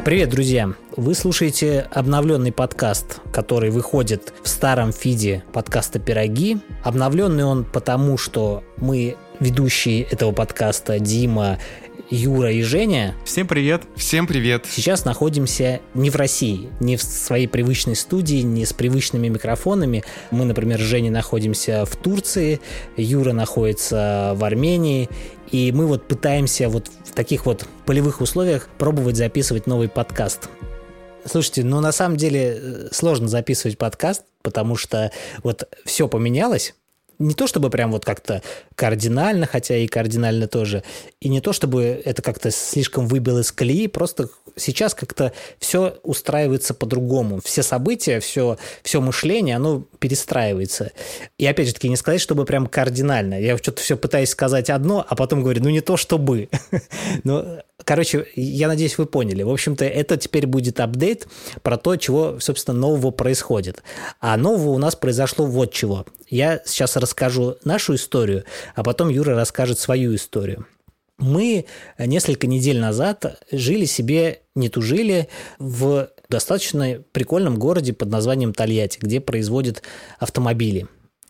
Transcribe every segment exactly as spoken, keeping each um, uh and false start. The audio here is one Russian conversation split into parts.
Привет, друзья! Вы слушаете обновленный подкаст, который выходит в старом фиде подкаста «Пироги». Обновленный он потому, что мы, ведущие этого подкаста, Дима, Юра и Женя. Всем привет! Всем привет! Сейчас находимся не в России, не в своей привычной студии, не с привычными микрофонами. Мы, например, с Женей находимся в Турции, Юра находится в Армении. И мы вот пытаемся вот в таких вот полевых условиях пробовать записывать новый подкаст. Слушайте, ну на самом деле сложно записывать подкаст, потому что вот все поменялось. Не то чтобы прям вот как-то кардинально, хотя и кардинально тоже, и не то чтобы это как-то слишком выбило из колеи, просто сейчас как-то все устраивается по-другому. Все события, все, все мышление, оно перестраивается. И опять же таки, не сказать, чтобы прям кардинально. Я что-то все пытаюсь сказать одно, а потом говорю, ну не то чтобы. Ну, короче, я надеюсь, вы поняли. В общем-то, это теперь будет апдейт про то, чего, собственно, нового происходит. А нового у нас произошло вот чего. Я сейчас расскажу нашу историю, а потом Юра расскажет свою историю. Мы несколько недель назад жили себе, не тужили, в достаточно прикольном городе под названием Тольятти, где производят автомобили.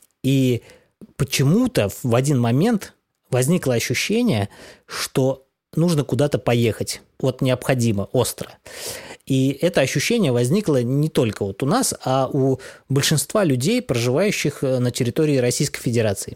И почему-то в один момент возникло ощущение, что нужно куда-то поехать. Вот необходимо, остро. И это ощущение возникло не только вот у нас, а у большинства людей, проживающих на территории Российской Федерации.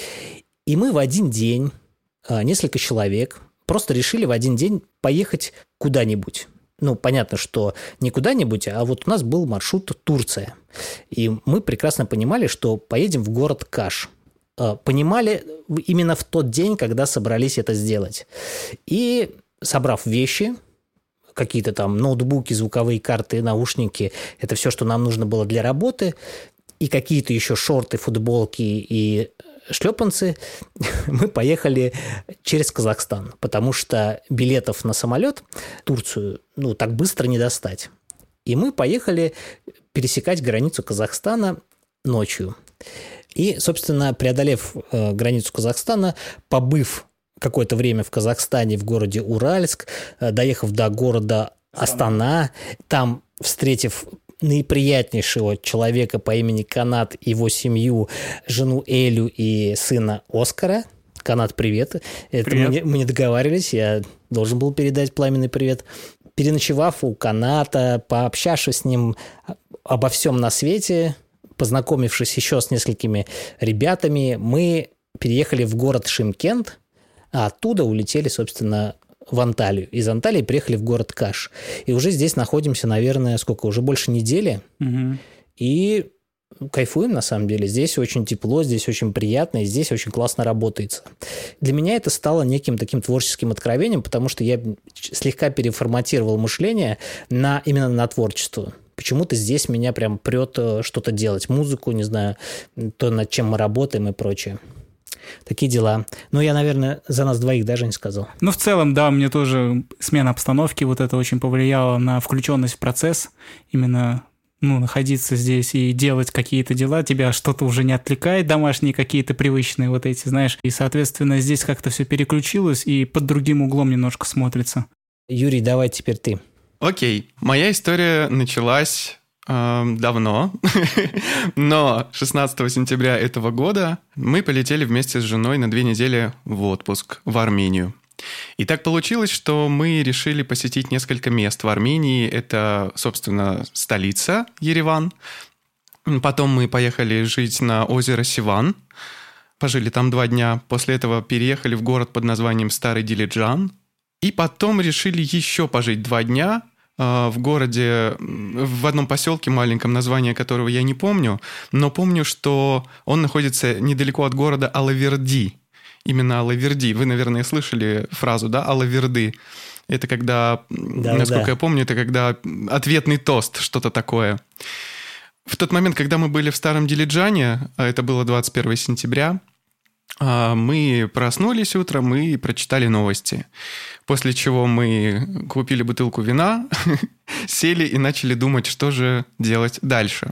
И мы в один день, несколько человек, просто решили в один день поехать куда-нибудь. Ну, понятно, что не куда-нибудь, а вот у нас был маршрут Турция. И мы прекрасно понимали, что поедем в город Каш. Понимали именно в тот день, когда собрались это сделать. И, собрав вещи, какие-то там ноутбуки, звуковые карты, наушники, это все, что нам нужно было для работы, и какие-то еще шорты, футболки и шлепанцы, мы поехали через Казахстан, потому что билетов на самолет в Турцию ну, так быстро не достать. И мы поехали пересекать границу Казахстана ночью. И, собственно, преодолев э, границу Казахстана, побыв какое-то время в Казахстане, в городе Уральск, э, доехав до города Астана, там, встретив наиприятнейшего человека по имени Канат, его семью, жену Элю и сына Оскара. Канат, привет. Это привет. Мы, не, мы не договаривались, я должен был передать пламенный привет. Переночевав у Каната, пообщавшись с ним обо всем на свете, познакомившись еще с несколькими ребятами, мы переехали в город Шымкент, а оттуда улетели, собственно, в Анталию. Из Анталии приехали в город Каш. И уже здесь находимся, наверное, сколько? Уже больше недели. Угу. И кайфуем, на самом деле. Здесь очень тепло, здесь очень приятно, и здесь очень классно работается. Для меня это стало неким таким творческим откровением, потому что я слегка переформатировал мышление на, именно на творчество. Почему-то здесь меня прям прет что-то делать. Музыку, не знаю, то, над чем мы работаем и прочее. Такие дела. Но я, наверное, за нас двоих даже не сказал. Ну, в целом, да, мне тоже смена обстановки вот это очень повлияло на включенность в процесс. Именно, ну, находиться здесь и делать какие-то дела, тебя что-то уже не отвлекает, домашние какие-то привычные вот эти, знаешь. И, соответственно, здесь как-то все переключилось и под другим углом немножко смотрится. Юрий, давай теперь ты. Окей, моя история началась э, давно, но шестнадцатого сентября этого года мы полетели вместе с женой на две недели в отпуск в Армению. И так получилось, что мы решили посетить несколько мест в Армении. Это, собственно, столица Ереван. Потом мы поехали жить на озеро Севан. Пожили там два дня. После этого переехали в город под названием Старый Дилиджан. И потом решили еще пожить два дня в городе, в одном поселке маленьком, название которого я не помню, но помню, что он находится недалеко от города Алаверди. Именно Алаверди. Вы, наверное, слышали фразу, да, Алаверды. Это когда, да, насколько да. я помню, это когда ответный тост, что-то такое. В тот момент, когда мы были в Старом Дилиджане, это было двадцать первого сентября, мы проснулись утром и прочитали новости. После чего мы купили бутылку вина, сели и начали думать, что же делать дальше.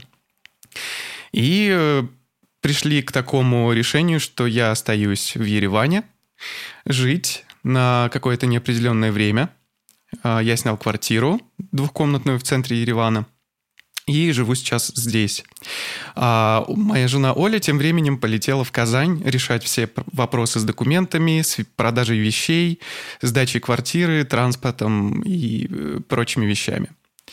И пришли к такому решению, что я остаюсь в Ереване жить на какое-то неопределенное время. я снял квартиру двухкомнатную в центре Еревана и живу сейчас здесь. А моя жена Оля тем временем полетела в Казань решать все вопросы с документами, с продажей вещей, сдачей квартиры, транспортом и прочими вещами.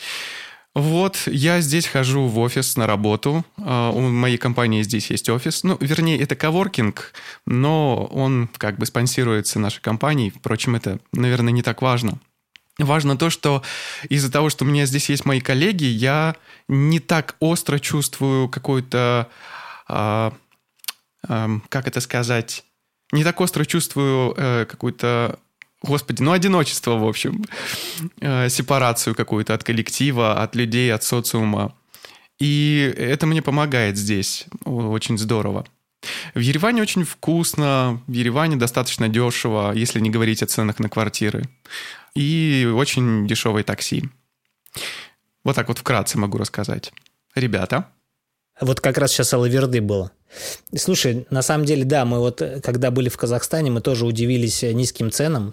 Вот, я здесь хожу в офис на работу. У моей компании здесь есть офис. Ну, вернее, это коворкинг, но он как бы спонсируется нашей компанией. Впрочем, это, наверное, не так важно. Важно то, что из-за того, что у меня здесь есть мои коллеги, я не так остро чувствую какой-то, э, э, как это сказать, не так остро чувствую э, какую-то, господи, ну, одиночество, в общем, э, сепарацию какую-то от коллектива, от людей, от социума. И это мне помогает здесь, очень здорово. В Ереване очень вкусно, в Ереване достаточно дешево, если не говорить о ценах на квартиры. И очень дешевые такси. Вот так вот вкратце могу рассказать. Ребята? Вот как раз сейчас Алаверды было. Слушай, на самом деле, да, мы вот, когда были в Казахстане, мы тоже удивились низким ценам.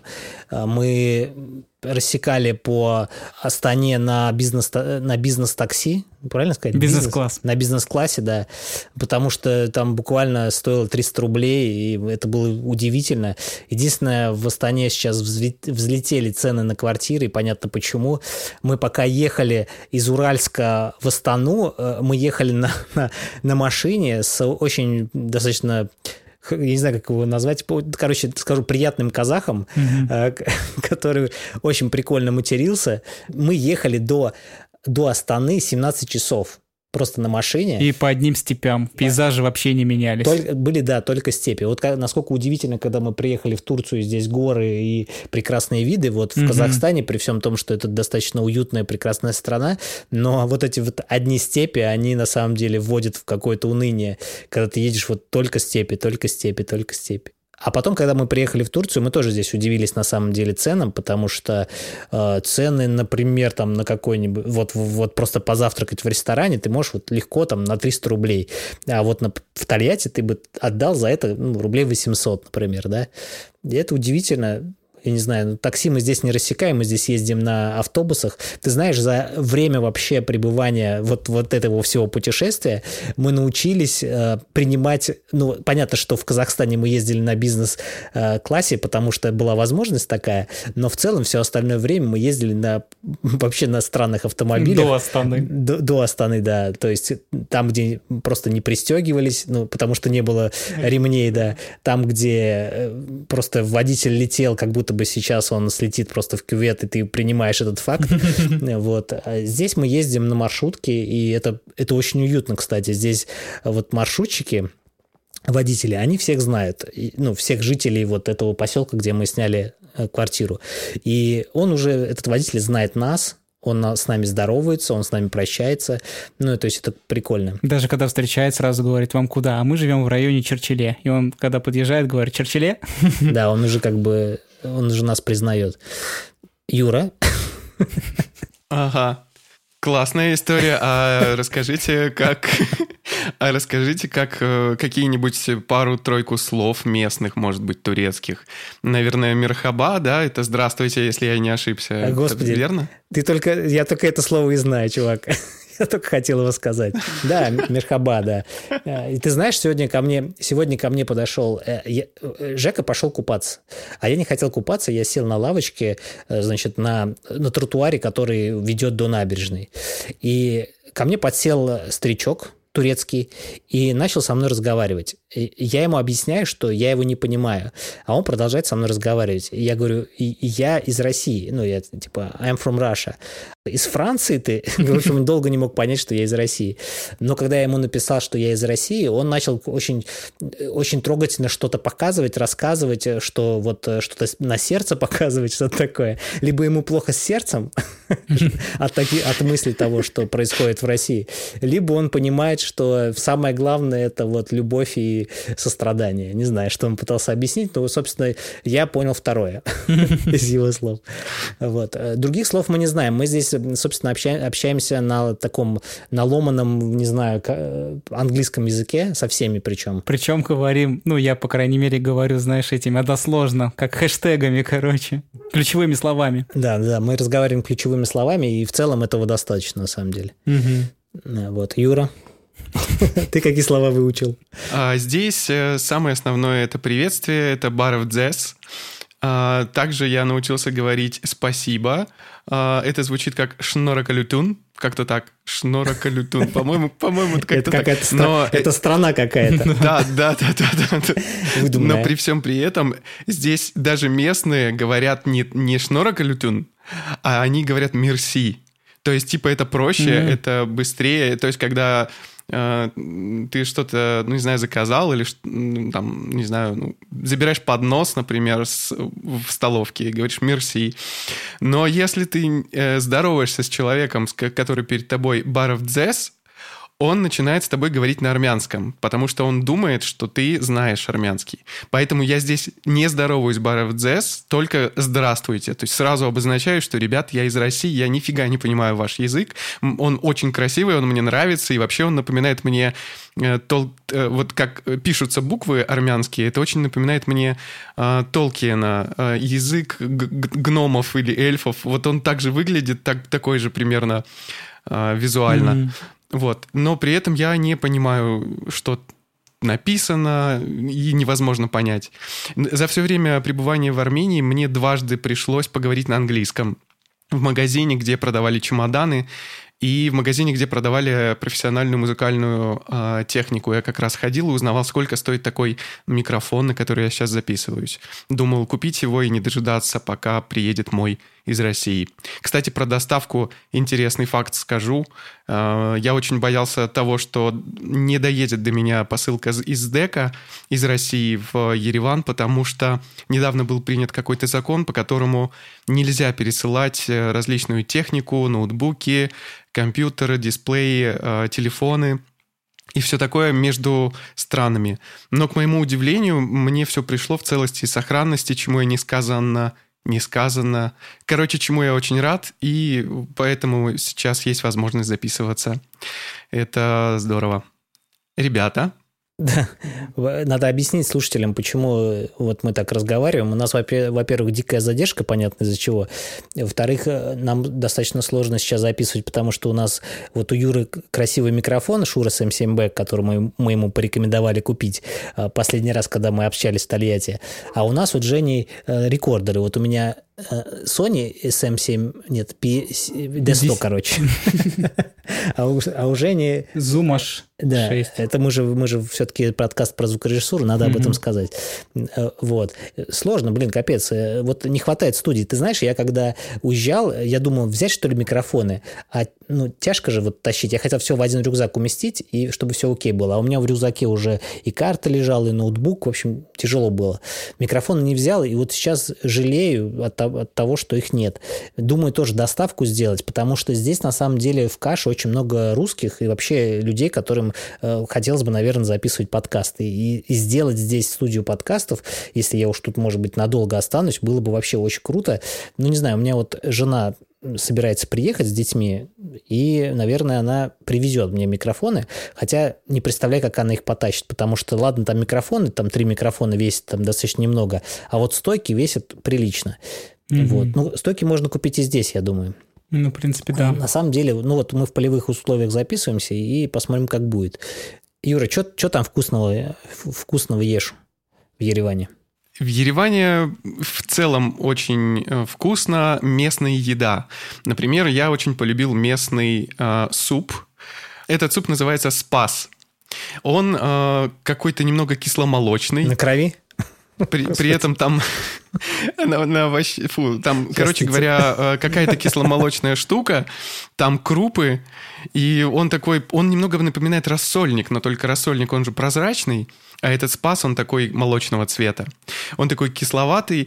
Мы рассекали по Астане на, бизнес, на бизнес-такси, правильно сказать? Бизнес-класс. Бизнес, на бизнес-классе, да, потому что там буквально стоило триста рублей, и это было удивительно. Единственное, в Астане сейчас взлетели цены на квартиры, и понятно почему. Мы пока ехали из Уральска в Астану, мы ехали на, на, на машине с очень достаточно... я не знаю, как его назвать, короче, скажу, приятным казахом, mm-hmm. который очень прикольно матерился. Мы ехали до, до Астаны семнадцать часов просто на машине. И по одним степям. Пейзажи да. вообще не менялись. Только, были, да, только степи. Вот как, насколько удивительно, когда мы приехали в Турцию, здесь горы и прекрасные виды. Вот в mm-hmm. Казахстане, при всем том, что это достаточно уютная, прекрасная страна, но вот эти вот одни степи, они на самом деле вводят в какое-то уныние, когда ты едешь вот только степи, только степи, только степи. А потом, когда мы приехали в Турцию, мы тоже здесь удивились на самом деле ценам, потому что э, цены, например, там на какой-нибудь, вот, вот просто позавтракать в ресторане ты можешь вот легко там на триста рублей, а вот на, в Тольятти ты бы отдал за это ну, рублей восемьсот, например, да. И это удивительно. Я не знаю, ну, такси мы здесь не рассекаем, мы здесь ездим на автобусах. Ты знаешь, за время вообще пребывания вот, вот этого всего путешествия мы научились э, принимать... Ну, понятно, что в Казахстане мы ездили на бизнес-классе, потому что была возможность такая, но в целом все остальное время мы ездили на вообще на странных автомобилях. До Астаны. До, до Астаны, да. То есть там, где просто не пристегивались, ну, потому что не было ремней, да. Там, где просто водитель летел, как будто бы сейчас он слетит просто в кювет, и ты принимаешь этот факт. Вот. А здесь мы ездим на маршрутке, и это, это очень уютно, кстати. Здесь вот маршрутчики, водители, они всех знают, ну, всех жителей вот этого поселка, где мы сняли квартиру. И он уже, этот водитель знает нас, он с нами здоровается, он с нами прощается. Ну, то есть это прикольно. Даже когда встречает, сразу говорит, вам куда? А мы живем в районе Черчеле. И он, когда подъезжает, говорит, Черчеле? Да, он уже как бы, он уже нас признает. Юра? Ага. Классная история. А расскажите, как... А расскажите, как какие-нибудь пару-тройку слов местных, может быть, турецких. Наверное, мерхаба, да? Это «здравствуйте», если я не ошибся. А, Господи, это верно? Ты только... Я только это слово и знаю, чувак. Я только хотел его сказать. Да, мерхаба, да. И ты знаешь, сегодня ко мне, сегодня ко мне подошел... Я, Жека пошел купаться. А я не хотел купаться, я сел на лавочке, значит, на, на тротуаре, который ведет до набережной. И ко мне подсел старичок, турецкий, и начал со мной разговаривать. И я ему объясняю, что я его не понимаю, а он продолжает со мной разговаривать. И я говорю, я из России, ну, я типа, I'm from Russia. Из Франции ты? В общем, он долго не мог понять, что я из России. Но когда я ему написал, что я из России, он начал очень, очень трогательно что-то показывать, рассказывать, что вот что-то на сердце показывать, что-то такое. Либо ему плохо с сердцем, от, таки, от мысли того, что происходит в России. Либо он понимает, что самое главное – это вот любовь и сострадание. Не знаю, что он пытался объяснить, но, собственно, я понял второе из его слов. Вот. Других слов мы не знаем. Мы здесь, собственно, общаем, общаемся на таком наломанном, не знаю, английском языке, со всеми причем. Причем говорим, ну, я, по крайней мере, говорю, знаешь, этими односложно, как хэштегами, короче, ключевыми словами. Да, да, мы разговариваем ключевыми словами, и в целом этого достаточно, на самом деле. Угу. Вот, Юра, ты какие слова выучил? А, здесь самое основное – это приветствие, это баров дзес. А, также я научился говорить «спасибо». А, это звучит как «шноракалютун». Как-то так, шноракалютун. По-моему, по-моему, это как-то это так. Стра... Но... Это страна какая-то. Да, да, да, да, да. Но при всем при этом здесь даже местные говорят не, не шноракалютун, а они говорят «мерси». То есть, типа, это проще, mm-hmm. это быстрее. То есть, когда э, ты что-то, ну, не знаю, заказал или, там, не знаю, ну, забираешь поднос, например, с, в столовке и говоришь «мерси». Но если ты э, здороваешься с человеком, который перед тобой баров дзес, он начинает с тобой говорить на армянском, потому что он думает, что ты знаешь армянский. Поэтому я здесь не здороваюсь баров дзес, только здравствуйте. То есть сразу обозначаю, что, ребят, я из России, я нифига не понимаю ваш язык. Он очень красивый, он мне нравится, и вообще он напоминает мне, э, тол, э, вот как пишутся буквы армянские, это очень напоминает мне э, Толкиена, э, язык гномов или эльфов. Вот он также выглядит, так, такой же примерно э, визуально. Mm-hmm. Вот. Но при этом я не понимаю, что написано, и невозможно понять. За все время пребывания в Армении мне дважды пришлось поговорить на английском. В магазине, где продавали чемоданы, и в магазине, где продавали профессиональную музыкальную э, технику. Я как раз ходил и узнавал, сколько стоит такой микрофон, на который я сейчас записываюсь. Думал купить его и не дожидаться, пока приедет мой из России. Кстати, про доставку интересный факт скажу. Э, я очень боялся того, что не доедет до меня посылка из ДЭКа из России в Ереван, потому что недавно был принят какой-то закон, по которому нельзя пересылать различную технику, ноутбуки, компьютеры, дисплеи, э, телефоны и все такое между странами. Но, к моему удивлению, мне все пришло в целости и сохранности, чему я несказанно не сказано. Короче, чему я очень рад, и поэтому сейчас есть возможность записываться. Это здорово. Ребята... Да, надо объяснить слушателям, почему вот мы так разговариваем. У нас, во-первых, дикая задержка, понятно из-за чего. Во-вторых, нам достаточно сложно сейчас записывать, потому что у нас вот у Юры красивый микрофон Shure эс эм семь бэ, который мы, мы ему порекомендовали купить последний раз, когда мы общались в Тольятти. А у нас вот Жени рекордеры. Вот у меня Sony эс эм семь, нет, ди сто, короче. А у, а у Жени... Zoom аш Да, шесть. Это мы же, мы же все-таки подкаст про звукорежиссуру, надо mm-hmm. об этом сказать. Вот. Сложно, блин, капец. Вот не хватает студии. Ты знаешь, я когда уезжал, я думал, взять, что ли, микрофоны. А ну, тяжко же вот тащить. Я хотел все в один рюкзак уместить, и чтобы все окей было. А у меня в рюкзаке уже и карта лежала, и ноутбук. В общем, тяжело было. Микрофон не взял, и вот сейчас жалею от, от того, что их нет. Думаю тоже доставку сделать, потому что здесь, на самом деле, в каше очень много русских и вообще людей, которым э, хотелось бы, наверное, записывать подкасты. И, и сделать здесь студию подкастов, если я уж тут, может быть, надолго останусь, было бы вообще очень круто. Ну, не знаю, у меня вот жена собирается приехать с детьми, и, наверное, она привезет мне микрофоны, хотя не представляю, как она их потащит, потому что, ладно, там микрофоны, там три микрофона весят там достаточно немного, а вот стойки весят прилично. Mm-hmm. Вот. Ну, стойки можно купить и здесь, я думаю. Ну, в принципе, да. На самом деле, ну вот мы в полевых условиях записываемся и посмотрим, как будет. Юра, что там вкусного, вкусного ешь в Ереване? В Ереване в целом очень вкусно местная еда. Например, я очень полюбил местный э, суп. Этот суп называется спас. Он э, какой-то немного кисломолочный. На крови? При, при этом там, на, на овощ... Фу, там, короче говоря, какая-то кисломолочная штука, там крупы, и он такой, он немного напоминает рассольник, но только рассольник, он же прозрачный, а этот спас, он такой молочного цвета. Он такой кисловатый,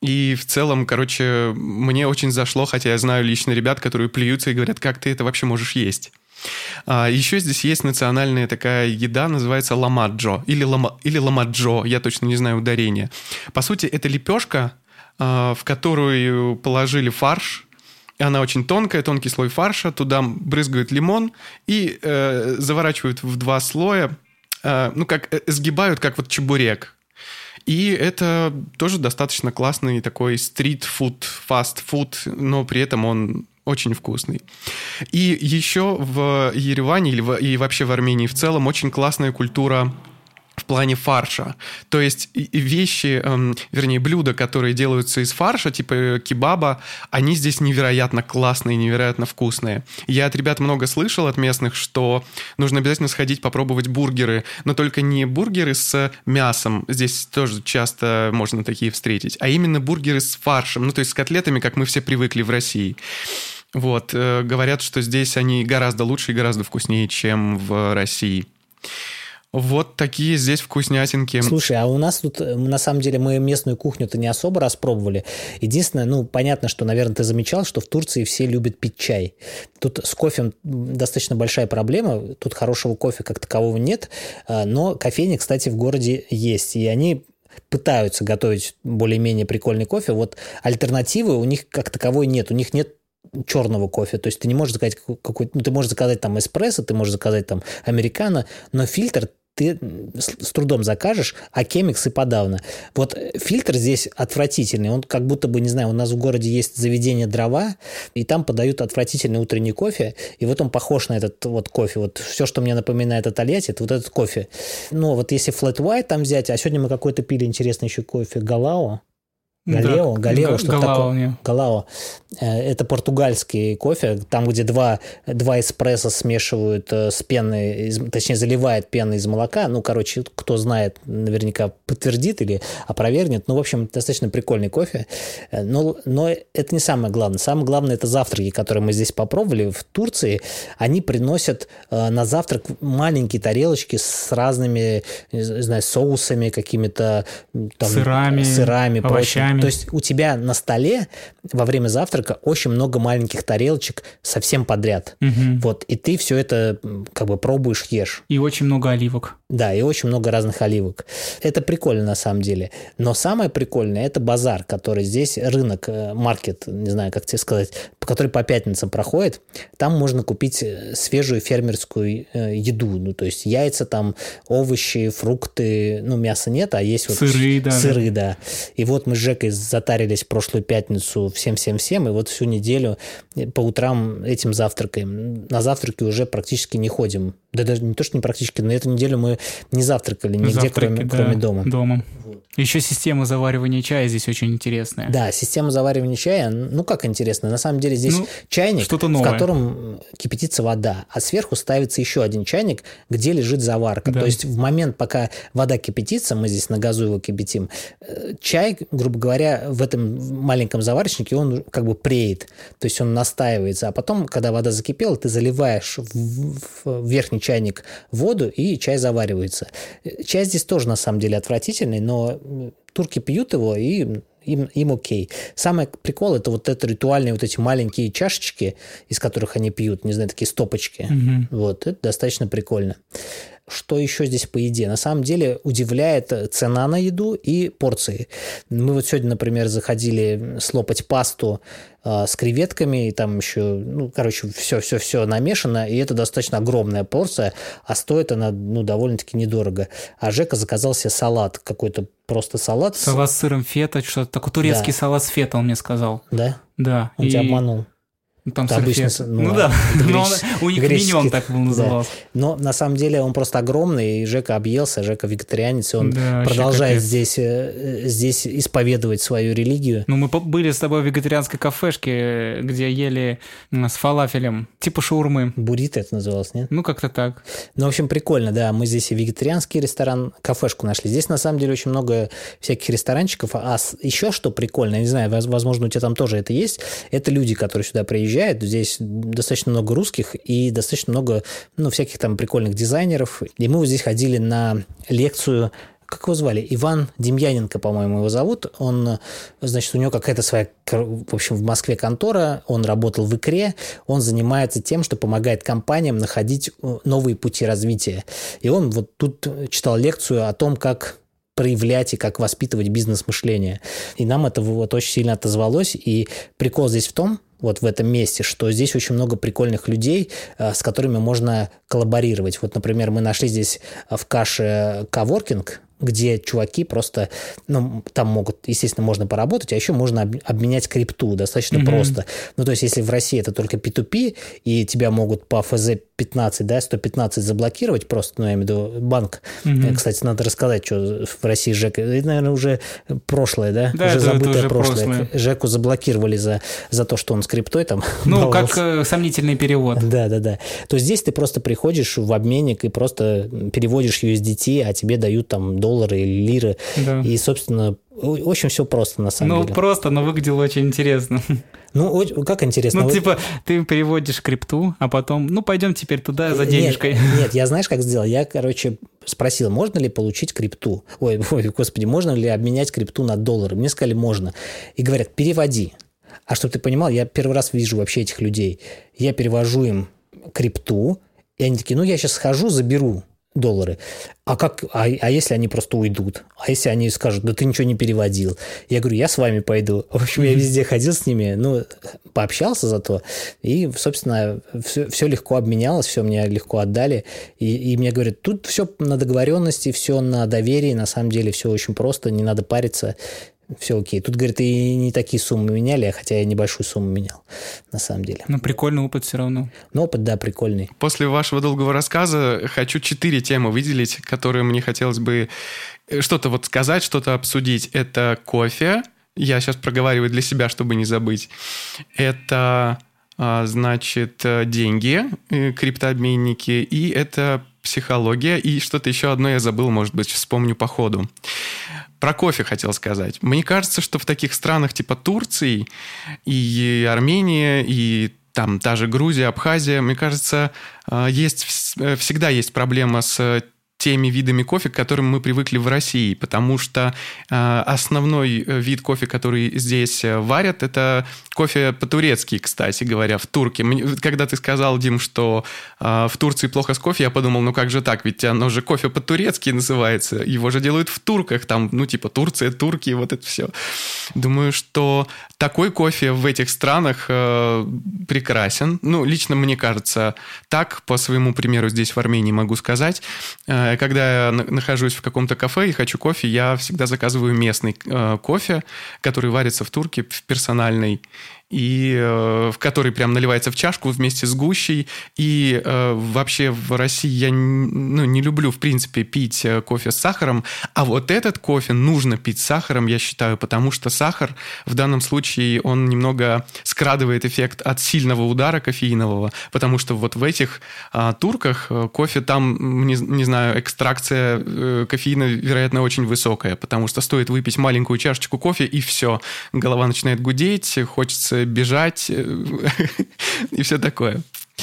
И в целом, короче, мне очень зашло, хотя я знаю лично ребят, которые плюются и говорят, как ты это вообще можешь есть. А, еще здесь есть национальная такая еда, называется ламаджо, или, лама, или ламаджо, я точно не знаю ударения. По сути, это лепешка, а, в которую положили фарш. Она очень тонкая, тонкий слой фарша, туда брызгают лимон и э, заворачивают в два слоя, э, ну, как э, сгибают, как вот чебурек. И это тоже достаточно классный такой стрит-фуд, фаст-фуд, но при этом он очень вкусный. И еще в Ереване или в, и вообще в Армении в целом очень классная культура в плане фарша. То есть вещи, эм, вернее, блюда, которые делаются из фарша, типа кебаба, они здесь невероятно классные, невероятно вкусные. Я от ребят много слышал, от местных, что нужно обязательно сходить попробовать бургеры, но только не бургеры с мясом, здесь тоже часто можно такие встретить, а именно бургеры с фаршем, ну то есть с котлетами, как мы все привыкли в России. Вот, э, говорят, что здесь они гораздо лучше и гораздо вкуснее, чем в России. Вот такие здесь вкуснятинки. Слушай, а у нас тут, на самом деле, мы местную кухню-то не особо распробовали. Единственное, ну, понятно, что, наверное, ты замечал, что в Турции все любят пить чай. Тут с кофе достаточно большая проблема. Тут хорошего кофе как такового нет. Но кофейни, кстати, в городе есть. И они пытаются готовить более-менее прикольный кофе. Вот альтернативы у них как таковой нет. У них нет черного кофе, то есть ты не можешь заказать какой-то, ну, ты можешь заказать там эспрессо, ты можешь заказать там американо, но фильтр ты с трудом закажешь, а кемикс и подавно. Вот фильтр здесь отвратительный, он как будто бы, не знаю, у нас в городе есть заведение «Дрова», и там подают отвратительный утренний кофе, и вот он похож на этот вот кофе. Вот все, что мне напоминает о Тольятти, это вот этот кофе. Ну, вот если Flat White там взять, а сегодня мы какой-то пили интересный еще кофе Галао, Галео, да, Галео, что такое? Не. Галао. Это португальский кофе, там, где два, два эспрессо смешивают с пеной, точнее, заливают пеной из молока. Ну, короче, кто знает, наверняка подтвердит или опровергнет. Ну, в общем, достаточно прикольный кофе. Но, но это не самое главное. Самое главное – это завтраки, которые мы здесь попробовали в Турции. Они приносят на завтрак маленькие тарелочки с разными, не знаю, соусами, какими-то там, сырами, сырами, овощами. То есть у тебя на столе во время завтрака очень много маленьких тарелочек совсем подряд. Угу. Вот, и ты все это как бы пробуешь, ешь. И очень много оливок. Да, и очень много разных оливок. Это прикольно на самом деле. Но самое прикольное – это базар, который здесь, рынок, маркет, не знаю, как тебе сказать, который по пятницам проходит. Там можно купить свежую фермерскую еду. Ну, то есть яйца там, овощи, фрукты. Ну, мяса нет, а есть вот сыры, да. Сыры, да. И вот мы с Жекой затарились в прошлую пятницу всем-всем-всем, и вот всю неделю по утрам этим завтракаем. На завтраки уже практически не ходим. Да даже не то, что не практически, на эту неделю мы не завтракали нигде, Завтраки, кроме, да, кроме дома. дома. Вот. Еще система заваривания чая здесь очень интересная. Да, система заваривания чая, ну как интересно, на самом деле здесь ну, чайник, в котором кипятится вода, а сверху ставится еще один чайник, где лежит заварка. Да. То есть в момент, пока вода кипятится, мы здесь на газу его кипятим, чай, грубо говоря, в этом маленьком заварочнике он как бы преет, то есть он настаивается, а потом, когда вода закипела, ты заливаешь в, в верхний чайник воду, и чай заваривается. Чай здесь тоже на самом деле отвратительный, но турки пьют его, и им, им окей. Самый прикол – это вот это ритуальные вот эти маленькие чашечки, из которых они пьют, не знаю, такие стопочки. Угу. Вот, это достаточно прикольно. Что еще здесь по еде? На самом деле удивляет цена на еду и порции. Мы вот сегодня, например, заходили слопать пасту э, с креветками, и там еще, ну, короче, все-все-все намешано, и это достаточно огромная порция, а стоит она, ну, довольно-таки недорого. А Жека заказал себе салат, какой-то просто салат. Салат с сыром фета, что-то такое, турецкий да. салат с фета, он мне сказал. Да? Да. Он и... тебя обманул. Там обычно, ну, ну да, но он, у них миньон так был назывался. Да. Но на самом деле он просто огромный, и Жека объелся, Жека вегетарианец, и он да, продолжает здесь, здесь исповедовать свою религию. Ну, мы были с тобой в вегетарианской кафешке, где ели с фалафелем, типа шаурмы. Буррито это называлось, нет? Ну, как-то так. Ну, в общем, прикольно, да, мы здесь и вегетарианский ресторан, кафешку нашли. Здесь, на самом деле, очень много всяких ресторанчиков, а еще что прикольно, я не знаю, возможно, у тебя там тоже это есть, это люди, которые сюда приезжают. Здесь достаточно много русских и достаточно много, ну, всяких там прикольных дизайнеров. И мы вот здесь ходили на лекцию как его звали? Иван Демьяненко, по-моему, его зовут. Он, значит, у него какая-то своя, в общем, в Москве контора, он работал в Икре, он занимается тем, что помогает компаниям находить новые пути развития. И он вот тут читал лекцию о том, как проявлять и как воспитывать бизнес-мышление. И нам это вот очень сильно отозвалось. И прикол здесь в том, вот в этом месте, что здесь очень много прикольных людей, с которыми можно коллаборировать. Вот, например, мы нашли здесь в Каше коворкинг, где чуваки просто, ну, там могут, естественно, можно поработать, а еще можно обменять крипту достаточно mm-hmm. просто. Ну, то есть, если в России это только пи ту пи, и тебя могут по эф зэ пятнадцать, да, сто пятнадцать заблокировать просто, ну, я имею в виду банк. Mm-hmm. Кстати, надо рассказать, что в России ЖЭК, это, наверное, уже прошлое, да? Да, уже это, забытое это уже прошлое. прошлое. ЖЭКу заблокировали за, за то, что он с криптой там... Ну, как э, сомнительный перевод. Да, да, да. То есть, здесь ты просто приходишь в обменник и просто переводишь ю эс ди ти, а тебе дают там доллары или лиры. Да. И, собственно, очень все просто, на самом ну, деле. Ну, просто, но выглядело очень интересно. Ну, как интересно. Ну, типа, ты переводишь крипту, а потом, ну, пойдем теперь туда за денежкой. Нет, нет, я знаешь, как сделал? Я, короче, спросил, можно ли получить крипту? Ой, ой, господи, можно ли обменять крипту на доллары? Мне сказали, можно. И говорят, переводи. А чтобы ты понимал, я первый раз вижу вообще этих людей. Я перевожу им крипту, и они такие, ну, я сейчас схожу, заберу доллары. А как? А, а если они просто уйдут? А если они скажут, да ты ничего не переводил? Я говорю, я с вами пойду. В общем, я везде ходил с ними, ну, пообщался зато, и, собственно, все, все легко обменялось, все мне легко отдали. И, и мне говорят, тут все на договоренности, все на доверии, на самом деле все очень просто, не надо париться. Все окей. Тут, говорит, и не такие суммы меняли, хотя я небольшую сумму менял, на самом деле. Ну, прикольный опыт все равно. Ну, опыт, да, прикольный. После вашего долгого рассказа хочу четыре темы выделить, которые мне хотелось бы что-то вот сказать, что-то обсудить. Это кофе. Я сейчас проговариваю для себя, чтобы не забыть. Это, значит, деньги, криптообменники, и это психология, и что-то еще одно я забыл, может быть, вспомню по ходу. Про кофе хотел сказать. Мне кажется, что в таких странах типа Турции и Армения, и там та же Грузия, Абхазия, мне кажется, есть, всегда есть проблема с теми видами кофе, к которым мы привыкли в России, потому что э, основной вид кофе, который здесь варят, это кофе по-турецки, кстати говоря, в турке. Когда ты сказал, Дим, что э, в Турции плохо с кофе, я подумал, ну как же так, ведь оно же кофе по-турецки называется, его же делают в турках, там, ну типа Турция, турки, вот это все. Думаю, что такой кофе в этих странах э, прекрасен. Ну, лично мне кажется, так, по своему примеру здесь в Армении могу сказать. Э, Когда я нахожусь в каком-то кафе и хочу кофе, я всегда заказываю местный э, кофе, который варится в турке, в персональной, и э, в который прям наливается в чашку вместе с гущей. И э, вообще в России я ну, не люблю, в принципе, пить кофе с сахаром, а вот этот кофе нужно пить с сахаром, я считаю, потому что сахар в данном случае, он немного скрадывает эффект от сильного удара кофеинового, потому что вот в этих э, турках кофе там, не, не знаю, экстракция э, кофеина, вероятно, очень высокая, потому что стоит выпить маленькую чашечку кофе, и все, голова начинает гудеть, хочется бежать и все такое.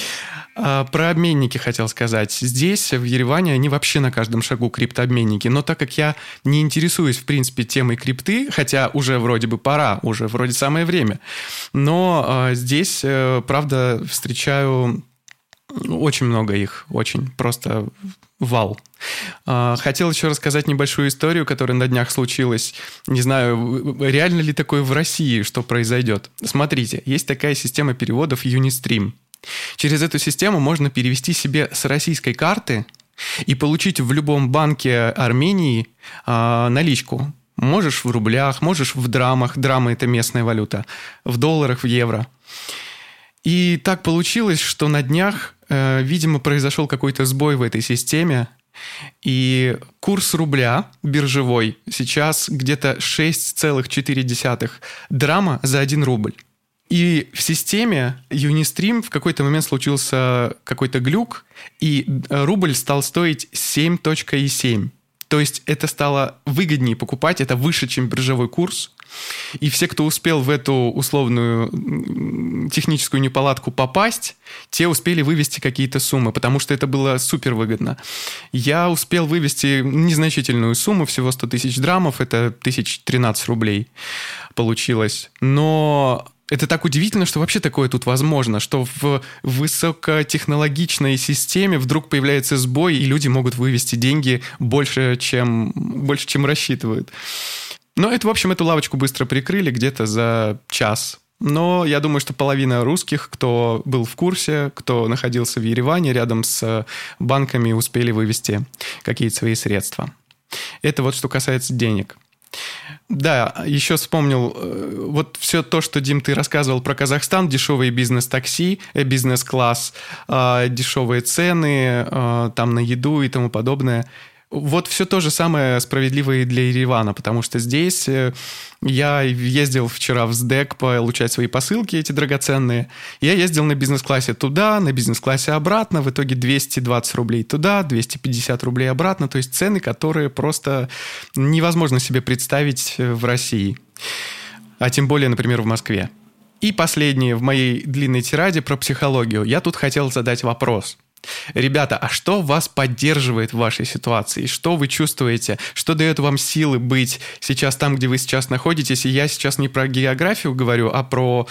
Про обменники хотел сказать. Здесь, в Ереване, они вообще на каждом шагу криптообменники. Но так как я не интересуюсь, в принципе, темой крипты, хотя уже вроде бы пора, уже вроде самое время, но здесь, правда, встречаю очень много их, очень просто вау. Хотел еще рассказать небольшую историю, которая на днях случилась. Не знаю, реально ли такое в России, что произойдет. Смотрите, есть такая система переводов Unistream. Через эту систему можно перевести себе с российской карты и получить в любом банке Армении наличку. Можешь в рублях, можешь в драмах. Драма – это местная валюта. В долларах, в евро. И так получилось, что на днях, э, видимо, произошел какой-то сбой в этой системе, и курс рубля биржевой сейчас где-то шесть целых четыре десятых драма за один рубль. И в системе Unistream в какой-то момент случился какой-то глюк, и рубль стал стоить семь целых семь. То есть это стало выгоднее покупать, это выше, чем биржевой курс. И все, кто успел в эту условную техническую неполадку попасть, те успели вывести какие-то суммы, потому что это было супер выгодно. Я успел вывести незначительную сумму, всего сто тысяч драмов, это тысяч тринадцать рублей получилось. Но это так удивительно, что вообще такое тут возможно, что в высокотехнологичной системе вдруг появляется сбой, и люди могут вывести деньги больше, чем, больше, чем рассчитывают. Но это, в общем, эту лавочку быстро прикрыли где-то за час. Но я думаю, что половина русских, кто был в курсе, кто находился в Ереване рядом с банками, успели вывести какие-то свои средства. Это вот что касается денег. Да, еще вспомнил, вот все то, что, Дим, ты рассказывал про Казахстан, дешевые бизнес-такси, бизнес-класс, дешевые цены там на еду и тому подобное. Вот все то же самое справедливо и для Еревана, потому что здесь я ездил вчера в СДЭК получать свои посылки, эти драгоценные. Я ездил на бизнес-классе туда, на бизнес-классе обратно, в итоге двести двадцать рублей туда, двести пятьдесят рублей обратно, то есть цены, которые просто невозможно себе представить в России, а тем более, например, в Москве. И последнее в моей длинной тираде про психологию. Я тут хотел задать вопрос. Ребята, а что вас поддерживает в вашей ситуации? Что вы чувствуете? Что дает вам силы быть сейчас там, где вы сейчас находитесь? И я сейчас не про географию говорю, а про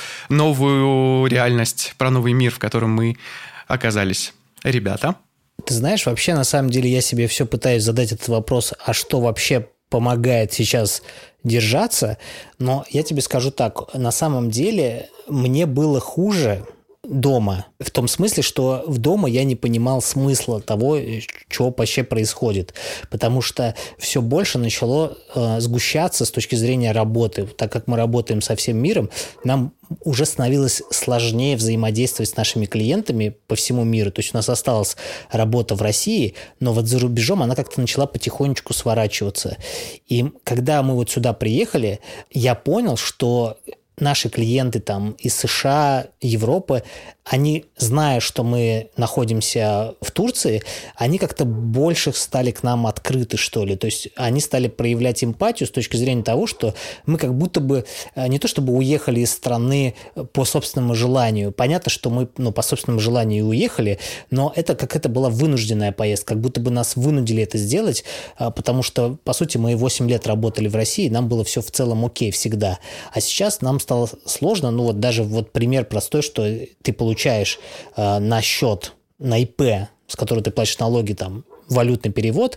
новую реальность, про новый мир, в котором мы оказались. Ребята? Ты знаешь, вообще, на самом деле, я себе все пытаюсь задать этот вопрос, а что вообще помогает сейчас держаться? Но я тебе скажу так, на самом деле мне было хуже дома. В том смысле, что в дома я не понимал смысла того, что вообще происходит. Потому что все больше начало э, сгущаться с точки зрения работы. Так как мы работаем со всем миром, нам уже становилось сложнее взаимодействовать с нашими клиентами по всему миру. То есть у нас осталась работа в России, но вот за рубежом она как-то начала потихонечку сворачиваться. И когда мы вот сюда приехали, я понял, что наши клиенты там из США, Европы, они, зная, что мы находимся в Турции, они как-то больше стали к нам открыты, что ли. То есть они стали проявлять эмпатию с точки зрения того, что мы как будто бы не то чтобы уехали из страны по собственному желанию. Понятно, что мы ну, по собственному желанию уехали, но это как это была вынужденная поездка, как будто бы нас вынудили это сделать, потому что, по сути, мы восемь лет работали в России, нам было все в целом окей всегда. А сейчас нам стало сложно, ну вот даже вот пример простой, что ты получаешь э, на счет, на ИП, с которого ты платишь налоги, там, валютный перевод,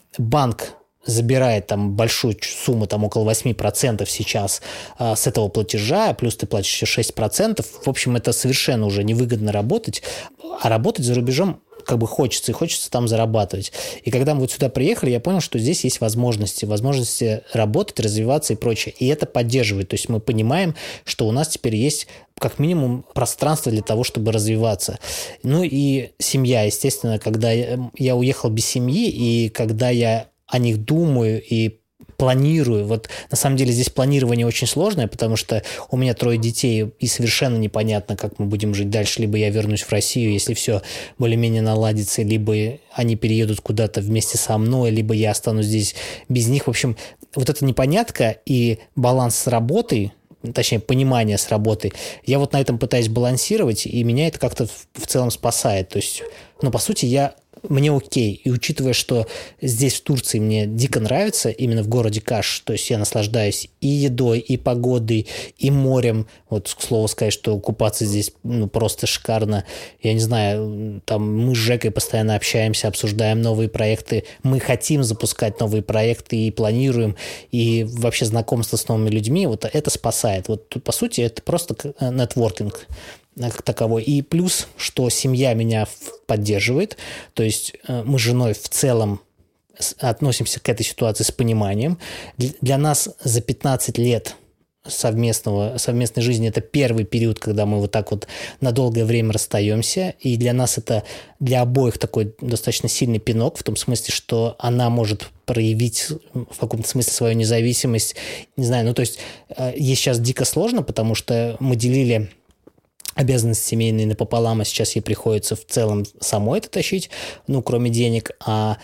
банк забирает там большую сумму, там около восемь процентов сейчас э, с этого платежа, плюс ты платишь еще шесть процентов. В общем, это совершенно уже невыгодно работать, а работать за рубежом как бы хочется, и хочется там зарабатывать. И когда мы вот сюда приехали, я понял, что здесь есть возможности, возможности работать, развиваться и прочее. И это поддерживает. То есть мы понимаем, что у нас теперь есть как минимум пространство для того, чтобы развиваться. Ну и семья, естественно, когда я, я уехал без семьи, и когда я о них думаю и планирую. Вот на самом деле здесь планирование очень сложное, потому что у меня трое детей, и совершенно непонятно, как мы будем жить дальше. Либо я вернусь в Россию, если все более-менее наладится, либо они переедут куда-то вместе со мной, либо я останусь здесь без них. В общем, вот эта непонятка и баланс с работой, точнее, понимание с работой, я вот на этом пытаюсь балансировать, и меня это как-то в целом спасает. То есть, ну, по сути, я мне окей. И учитывая, что здесь, в Турции, мне дико нравится, именно в городе Каш, то есть я наслаждаюсь и едой, и погодой, и морем. Вот, к слову сказать, что купаться здесь ну, просто шикарно. Я не знаю, там мы с Жекой постоянно общаемся, обсуждаем новые проекты. Мы хотим запускать новые проекты и планируем, и вообще знакомство с новыми людьми. Вот это спасает. Вот тут, по сути, это просто нетворкинг как таковой. И плюс, что семья меня поддерживает, то есть мы с женой в целом относимся к этой ситуации с пониманием. Для нас за пятнадцать лет совместного, совместной жизни это первый период, когда мы вот так вот на долгое время расстаемся, и для нас это для обоих такой достаточно сильный пинок, в том смысле, что она может проявить в каком-то смысле свою независимость, не знаю, ну то есть ей сейчас дико сложно, потому что мы делили обязанности семейные напополам, а сейчас ей приходится в целом самой это тащить, ну, кроме денег, а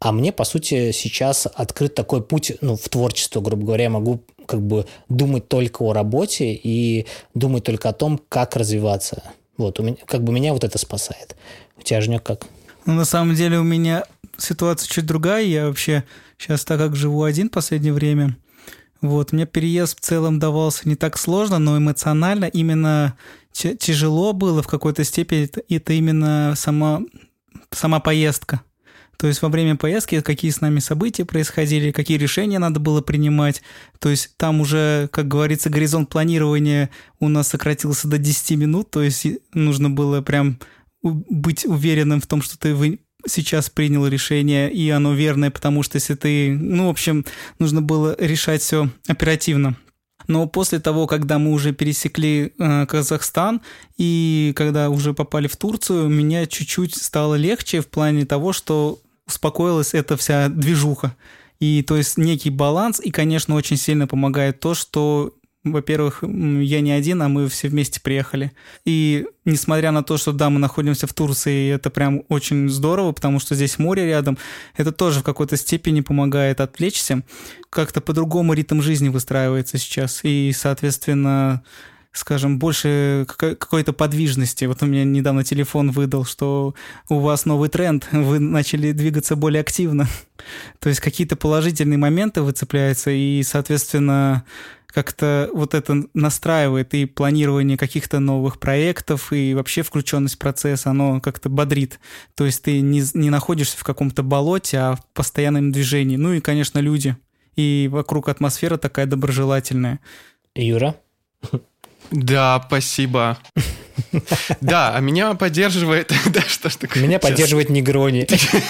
А мне, по сути, сейчас открыт такой путь, ну, в творчество, грубо говоря, я могу как бы думать только о работе и думать только о том, как развиваться. Вот, у меня, как бы меня вот это спасает. У тебя, Женек, как? Ну, на самом деле у меня ситуация чуть другая. Я вообще сейчас, так как живу один в последнее время, вот, мне переезд в целом давался не так сложно, но эмоционально именно тяжело было в какой-то степени. Это именно сама, сама поездка. То есть во время поездки какие с нами события происходили, какие решения надо было принимать. То есть там уже, как говорится, горизонт планирования у нас сократился до десяти минут. То есть нужно было прям быть уверенным в том, что ты сейчас принял решение, и оно верное, потому что если ты... Ну, в общем, нужно было решать все оперативно. Но после того, когда мы уже пересекли э, Казахстан и когда уже попали в Турцию, меня чуть-чуть стало легче в плане того, что успокоилась эта вся движуха. И то есть некий баланс, и, конечно, очень сильно помогает то, что, во-первых, я не один, а мы все вместе приехали. И несмотря на то, что, да, мы находимся в Турции, и это прям очень здорово, потому что здесь море рядом, это тоже в какой-то степени помогает отвлечься. Как-то по-другому ритм жизни выстраивается сейчас, и, соответственно, скажем, больше какой-то подвижности. Вот у меня недавно телефон выдал, что у вас новый тренд, вы начали двигаться более активно. То есть какие-то положительные моменты выцепляются, и, соответственно, как-то вот это настраивает и планирование каких-то новых проектов, и вообще включенность в процесс, оно как-то бодрит. То есть ты не, не находишься в каком-то болоте, а в постоянном движении. Ну и, конечно, люди. И вокруг атмосфера такая доброжелательная. Юра? Да, спасибо. Да, а меня поддерживает... Да, что ж такое? Меня поддерживает Негрони.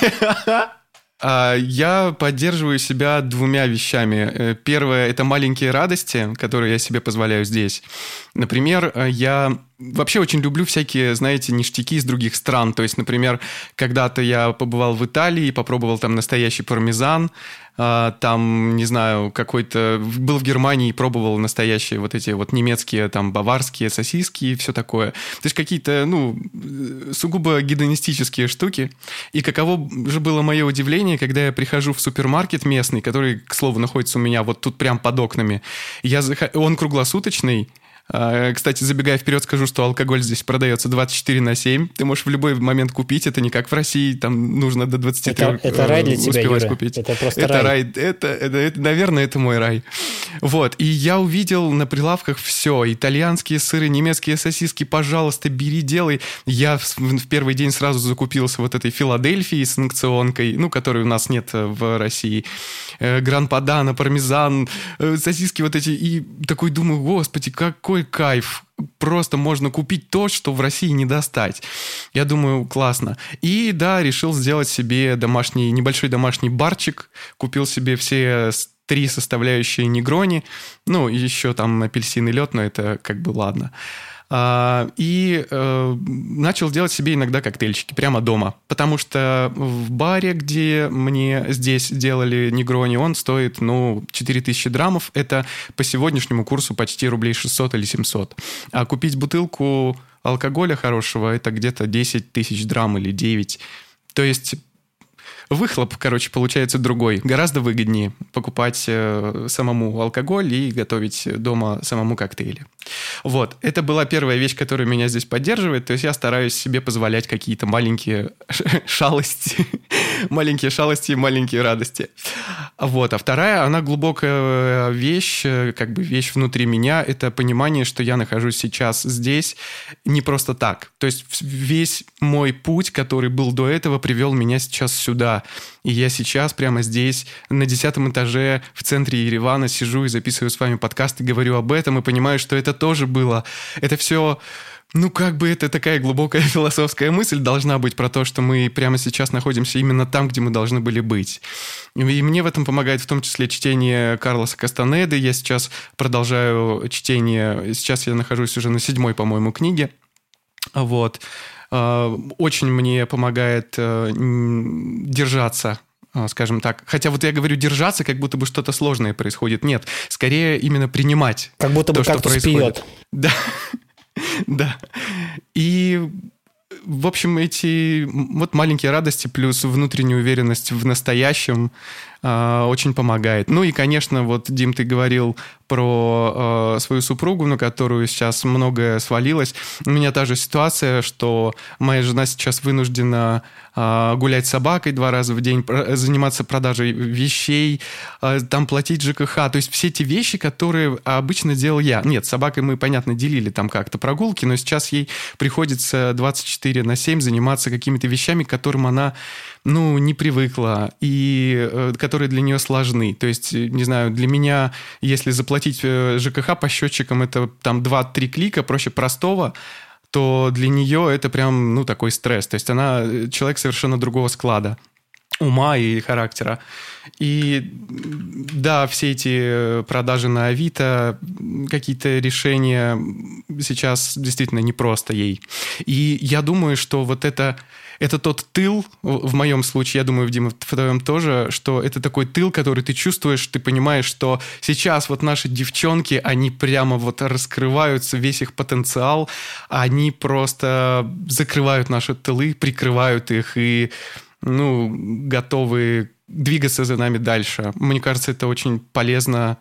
Я поддерживаю себя двумя вещами. Первое – это маленькие радости, которые я себе позволяю здесь. Например, я вообще очень люблю всякие, знаете, ништяки из других стран. То есть, например, когда-то я побывал в Италии, попробовал там настоящий пармезан, там, не знаю, какой-то... Был в Германии и пробовал настоящие вот эти вот немецкие, там, баварские сосиски и все такое. То есть какие-то, ну, сугубо гедонистические штуки. И каково же было мое удивление, когда я прихожу в супермаркет местный, который, к слову, находится у меня вот тут прям под окнами. Я зах... Он круглосуточный. Кстати, забегая вперед, скажу, что алкоголь здесь продается двадцать четыре на семь. Ты можешь в любой момент купить. Это не как в России, там нужно до двадцати трёх это, это рай для тебя, Юра. Купить. Это просто это рай. рай. Это, это, это, наверное, это мой рай. Вот. И я увидел на прилавках все. Итальянские сыры, немецкие сосиски. Пожалуйста, бери, делай. Я в, в первый день сразу закупился вот этой Филадельфией с санкционкой, ну, которой у нас нет в России. Гран-падано, пармезан, сосиски вот эти. И такой думаю, господи, какой кайф. Просто можно купить то, что в России не достать. Я думаю, классно. И да, решил сделать себе домашний, небольшой домашний барчик. Купил себе все три составляющие негрони. Ну, еще там апельсин и лед, но это как бы ладно. И э, начал делать себе иногда коктейльчики прямо дома. Потому что в баре, где мне здесь делали негрони, он стоит, ну, четыре тысячи драмов. Это по сегодняшнему курсу почти рублей шестьсот или семьсот. А купить бутылку алкоголя хорошего, это где-то десять тысяч драм или девять. То есть... Выхлоп, короче, получается другой. Гораздо выгоднее покупать э, самому алкоголь и готовить дома самому коктейли. Вот. Это была первая вещь, которая меня здесь поддерживает. То есть я стараюсь себе позволять какие-то маленькие шалости. Маленькие шалости и маленькие радости. Вот. А вторая, она глубокая вещь, как бы вещь внутри меня. Это понимание, что я нахожусь сейчас здесь не просто так. То есть весь мой путь, который был до этого, привел меня сейчас сюда. И я сейчас прямо здесь, на десятом этаже в центре Еревана сижу и записываю с вами подкаст и говорю об этом, и понимаю, что это тоже было. Это все... Ну, как бы это такая глубокая философская мысль должна быть про то, что мы прямо сейчас находимся именно там, где мы должны были быть. И мне в этом помогает в том числе чтение Карлоса Кастанеды. Я сейчас продолжаю чтение... Сейчас я нахожусь уже на седьмой, по-моему, книге. Вот. Очень мне помогает держаться, скажем так. Хотя вот я говорю держаться, как будто бы что-то сложное происходит. Нет, скорее именно принимать. Как будто бы то, кактус пьет. Да, да. И в общем, эти вот маленькие радости плюс внутренняя уверенность в настоящем э, очень помогает. Ну и, конечно, вот, Дим, ты говорил про э, свою супругу, на которую сейчас многое свалилось. У меня та же ситуация, что моя жена сейчас вынуждена э, гулять с собакой два раза в день, про- заниматься продажей вещей, э, там платить ЖКХ. То есть все те вещи, которые обычно делал я. Нет, с собакой мы, понятно, делили там как-то прогулки, но сейчас ей приходится двадцать четыре на семь заниматься какими-то вещами, к которым она, ну, не привыкла и э, которые для нее сложны. То есть, не знаю, для меня, если заплатить ЖКХ по счетчикам, это там два-три клика, проще простого, то для нее это прям, ну, такой стресс. То есть она человек совершенно другого склада ума и характера. И да, все эти продажи на Авито, какие-то решения сейчас действительно непросто ей. И я думаю, что вот это, это тот тыл, в моем случае, я думаю, в Дима, в твоем тоже, что это такой тыл, который ты чувствуешь, ты понимаешь, что сейчас вот наши девчонки, они прямо вот раскрываются, весь их потенциал, они просто закрывают наши тылы, прикрывают их и ну, готовы двигаться за нами дальше. Мне кажется, это очень полезно.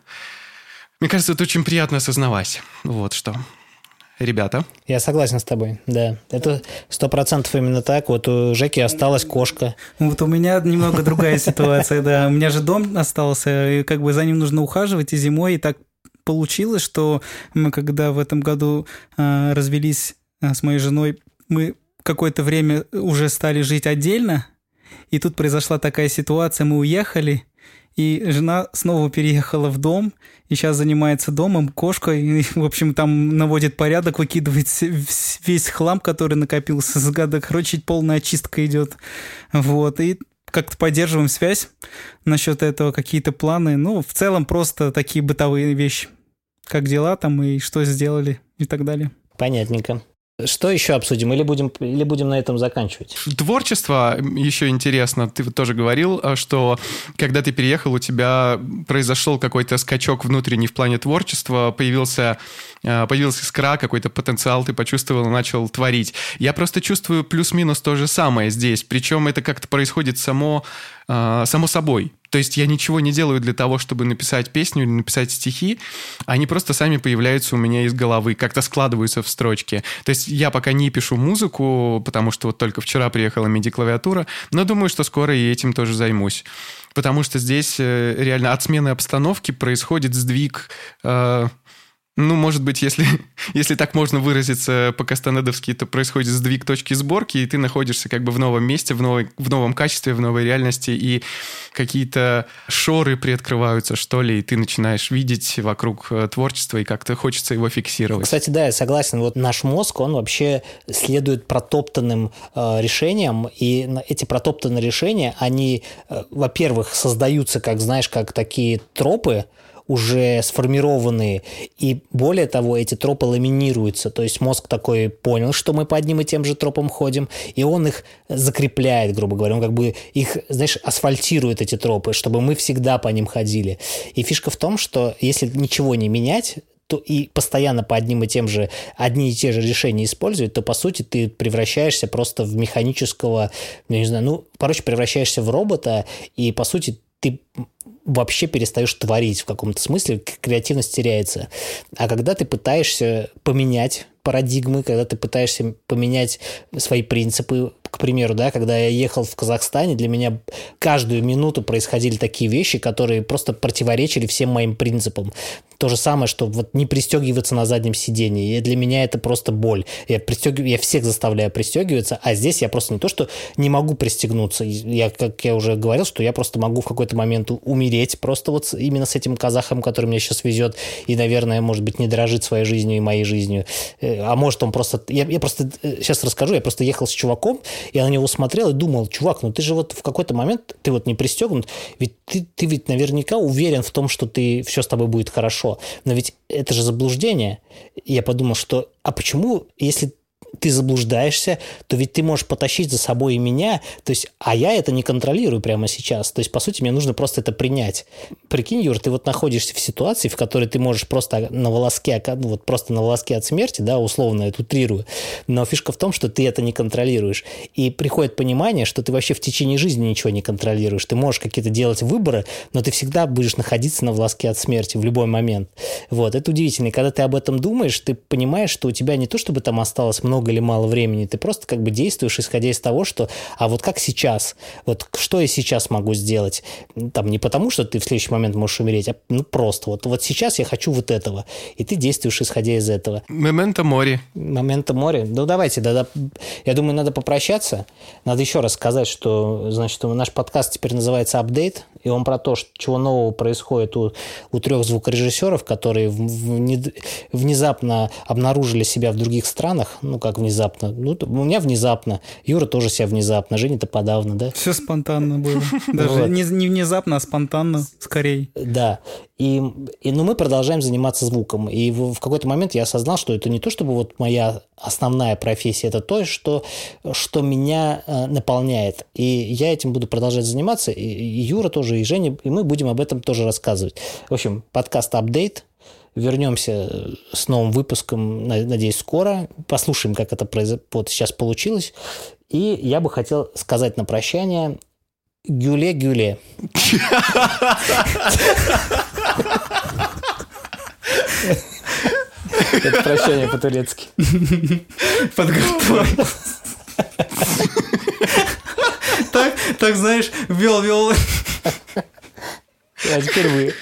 Мне кажется, это очень приятно осознавать. Вот что. Ребята. Я согласен с тобой, да. Это сто процентов именно так. Вот у Жеки осталась кошка. Вот у меня немного другая ситуация, да. У меня же дом остался, и как бы за ним нужно ухаживать и зимой. И так получилось, что мы, когда в этом году э, развелись э, с моей женой, мы какое-то время уже стали жить отдельно. И тут произошла такая ситуация, мы уехали, и жена снова переехала в дом, и сейчас занимается домом, кошкой, и, в общем, там наводит порядок, выкидывает весь хлам, который накопился с года. Короче, полная очистка идет. Вот, и как-то поддерживаем связь насчет этого, какие-то планы. Ну, в целом, просто такие бытовые вещи. Как дела там, и что сделали, и так далее. Понятненько. Что еще обсудим? Или будем, или будем на этом заканчивать? Творчество еще интересно. Ты вот тоже говорил, что когда ты переехал, у тебя произошел какой-то скачок внутренний в плане творчества, появился, появилась искра, какой-то потенциал, ты почувствовал, начал творить. Я просто чувствую плюс-минус то же самое здесь. Причем это как-то происходит само, само собой. То есть я ничего не делаю для того, чтобы написать песню или написать стихи, они просто сами появляются у меня из головы, как-то складываются в строчки. То есть я пока не пишу музыку, потому что вот только вчера приехала миди-клавиатура, но думаю, что скоро и этим тоже займусь. Потому что здесь реально от смены обстановки происходит сдвиг... Э- Ну, может быть, если, если так можно выразиться по-кастанедовски, то происходит сдвиг точки сборки, и ты находишься как бы в новом месте, в, новой, в новом качестве, в новой реальности, и какие-то шоры приоткрываются, что ли, и ты начинаешь видеть вокруг творчества, и как-то хочется его фиксировать. Кстати, да, я согласен. Вот наш мозг, он вообще следует протоптанным э, решениям, и эти протоптанные решения, они, э, во-первых, создаются, как, знаешь, как такие тропы, уже сформированные, и более того, эти тропы ламинируются, то есть мозг такой понял, что мы по одним и тем же тропам ходим, и он их закрепляет, грубо говоря, он как бы их, знаешь, асфальтирует, эти тропы, чтобы мы всегда по ним ходили. И фишка в том, что если ничего не менять, то и постоянно по одним и тем же, одни и те же решения использовать, то, по сути, ты превращаешься просто в механического, я не знаю, ну, короче, превращаешься в робота, и, по сути, ты вообще перестаешь творить в каком-то смысле, креативность теряется. А когда ты пытаешься поменять парадигмы, когда ты пытаешься поменять свои принципы, к примеру, да, когда я ехал в Казахстане, для меня каждую минуту происходили такие вещи, которые просто противоречили всем моим принципам. То же самое, что вот не пристегиваться на заднем сидении. И для меня это просто боль. Я, пристег... я всех заставляю пристегиваться, а здесь я просто не то, что не могу пристегнуться. Я, как я уже говорил, что я просто могу в какой-то момент умереть просто вот именно с этим казахом, который меня сейчас везет, и, наверное, может быть, не дорожит своей жизнью и моей жизнью. А может, он просто... Я, я просто сейчас расскажу. Я просто ехал с чуваком, я на него смотрел и думал, чувак, ну ты же вот в какой-то момент, ты вот не пристегнут, ведь ты, ты ведь наверняка уверен в том, что ты, все с тобой будет хорошо. Но ведь это же заблуждение. Я подумал, что а почему, если ты заблуждаешься, то ведь ты можешь потащить за собой и меня, то есть, а я это не контролирую прямо сейчас. То есть, по сути, мне нужно просто это принять. Прикинь, Юр, ты вот находишься в ситуации, в которой ты можешь просто на волоске, вот просто на волоске от смерти, да, условно, это утрирую, но фишка в том, что ты это не контролируешь. И приходит понимание, что ты вообще в течение жизни ничего не контролируешь. Ты можешь какие-то делать выборы, но ты всегда будешь находиться на волоске от смерти в любой момент. Вот, это удивительно. И когда ты об этом думаешь, ты понимаешь, что у тебя не то, чтобы там осталось много или мало времени, ты просто как бы действуешь, исходя из того, что, а вот как сейчас, вот что я сейчас могу сделать? Там не потому, что ты в следующий момент можешь умереть, а ну просто вот, вот сейчас я хочу вот этого. И ты действуешь, исходя из этого. Моменто мори. Моменто мори. Ну, давайте, да, да. Я думаю, надо попрощаться. Надо еще раз сказать, что, значит, наш подкаст теперь называется «Апдейт», и он про то, что, чего нового происходит у, у трех звукорежиссеров, которые в, в, внезапно обнаружили себя в других странах. Ну, как внезапно? Ну, у меня внезапно. Юра тоже себя внезапно. Женя-то подавно, да? Все спонтанно было. Даже не, не внезапно, а спонтанно, скорее. Да. И, и, ну, мы продолжаем заниматься звуком. И в, в какой-то момент я осознал, что это не то, чтобы вот моя основная профессия, это то, что, что меня э, наполняет. И я этим буду продолжать заниматься. И, и Юра тоже, и Женя. И мы будем об этом тоже рассказывать. В общем, подкаст «Апдейт». Вернемся с новым выпуском, надеюсь, скоро. Послушаем, как это произ... вот сейчас получилось. И я бы хотел сказать на прощание «Гюле-гюле». Это прощание по-турецки. Подготовился. Так, так, знаешь, вел-вел. А теперь вы.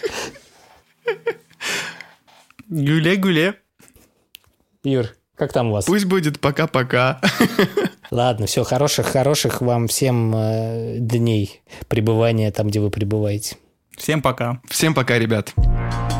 Гуле-гуле. Юр, как там у вас? Пусть будет пока-пока. Ладно, все, хороших, хороших вам всем э, дней пребывания там, где вы пребываете. Всем пока. Всем пока, ребят.